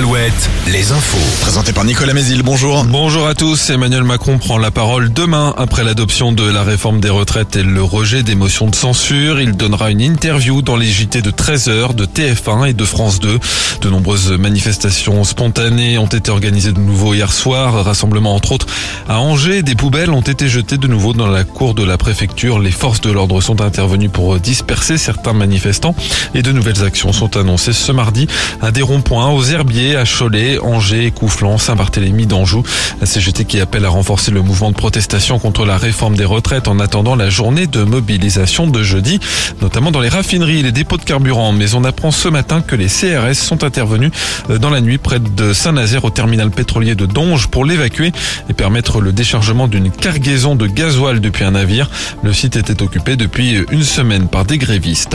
Alouette, les infos. Présenté par Nicolas Mézil, bonjour. Bonjour à tous. Emmanuel Macron prend la parole demain après l'adoption de la réforme des retraites et le rejet des motions de censure. Il donnera une interview dans les JT de 13h de TF1 et de France 2. De nombreuses manifestations spontanées ont été organisées de nouveau hier soir. Rassemblement entre autres à Angers. Des poubelles ont été jetées de nouveau dans la cour de la préfecture. Les forces de l'ordre sont intervenues pour disperser certains manifestants et de nouvelles actions sont annoncées ce mardi à des ronds-points aux Herbiers, à Cholet, Angers, Coufflans, Saint-Barthélemy d'Anjou. La CGT qui appelle à renforcer le mouvement de protestation contre la réforme des retraites en attendant la journée de mobilisation de jeudi, notamment dans les raffineries et les dépôts de carburant. Mais on apprend ce matin que les CRS sont intervenus dans la nuit près de Saint-Nazaire au terminal pétrolier de Donge pour l'évacuer et permettre le déchargement d'une cargaison de gasoil depuis un navire. Le site était occupé depuis une semaine par des grévistes.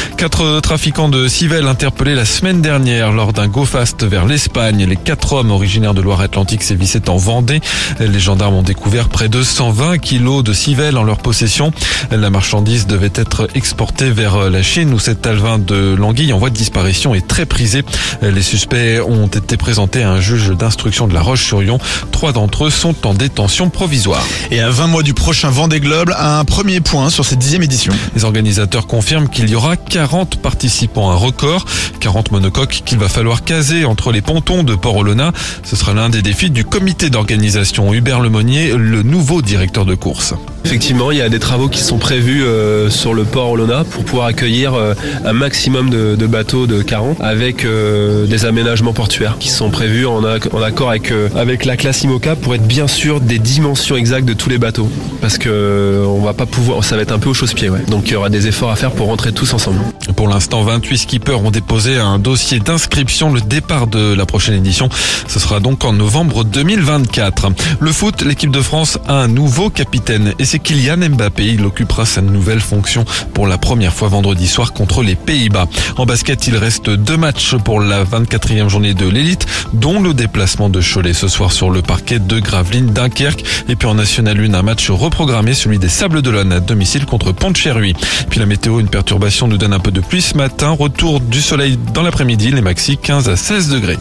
4 trafiquants de civelles interpellés la semaine dernière lors d'un go-fast vers l'Espagne. Les 4 hommes originaires de Loire-Atlantique sévissaient en Vendée. Les gendarmes ont découvert près de 120 kilos de civelles en leur possession. La marchandise devait être exportée vers la Chine où cet alevin de l'anguille en voie de disparition est très prisé. Les suspects ont été présentés à un juge d'instruction de La Roche-sur-Yon. 3 d'entre eux sont en détention provisoire. Et à 20 mois du prochain Vendée Globe, un premier point sur cette 10e édition. Les organisateurs confirment qu'il y aura 40 participants, un record, 40 monocoques qu'il va falloir caser entre les pontons de Port-Olona. Ce sera l'un des défis du comité d'organisation. Hubert Lemonnier, le nouveau directeur de course. Effectivement, il y a des travaux qui sont prévus sur le port Olona pour pouvoir accueillir un maximum de bateaux de 40 avec des aménagements portuaires qui sont prévus en accord avec la classe IMOCA pour être bien sûr des dimensions exactes de tous les bateaux. Parce que on va pas pouvoir, ça va être un peu au chausse-pied. Ouais. Donc il y aura des efforts à faire pour rentrer tous ensemble. Pour l'instant, 28 skippers ont déposé un dossier d'inscription. Le départ de la prochaine édition, ce sera donc en novembre 2024. Le foot, l'équipe de France a un nouveau capitaine et c'est Kylian Mbappé. Il occupera sa nouvelle fonction pour la première fois vendredi soir contre les Pays-Bas. En basket, il reste 2 matchs pour la 24e journée de l'élite, dont le déplacement de Cholet ce soir sur le parquet de Gravelines Dunkerque. Et puis en National 1, un match reprogrammé, celui des Sables-d'Olonne à domicile contre Pont-de-Cherruy. Puis la météo, une perturbation nous donne un peu de pluie ce matin. Retour du soleil dans l'après-midi, les maxi 15 à 16 degrés.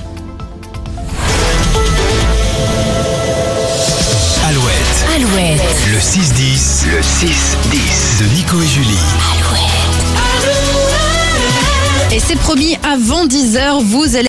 Alouette. Le 6-10. Le 6-10 de Nico et Julie. Et c'est promis, avant 10h, vous allez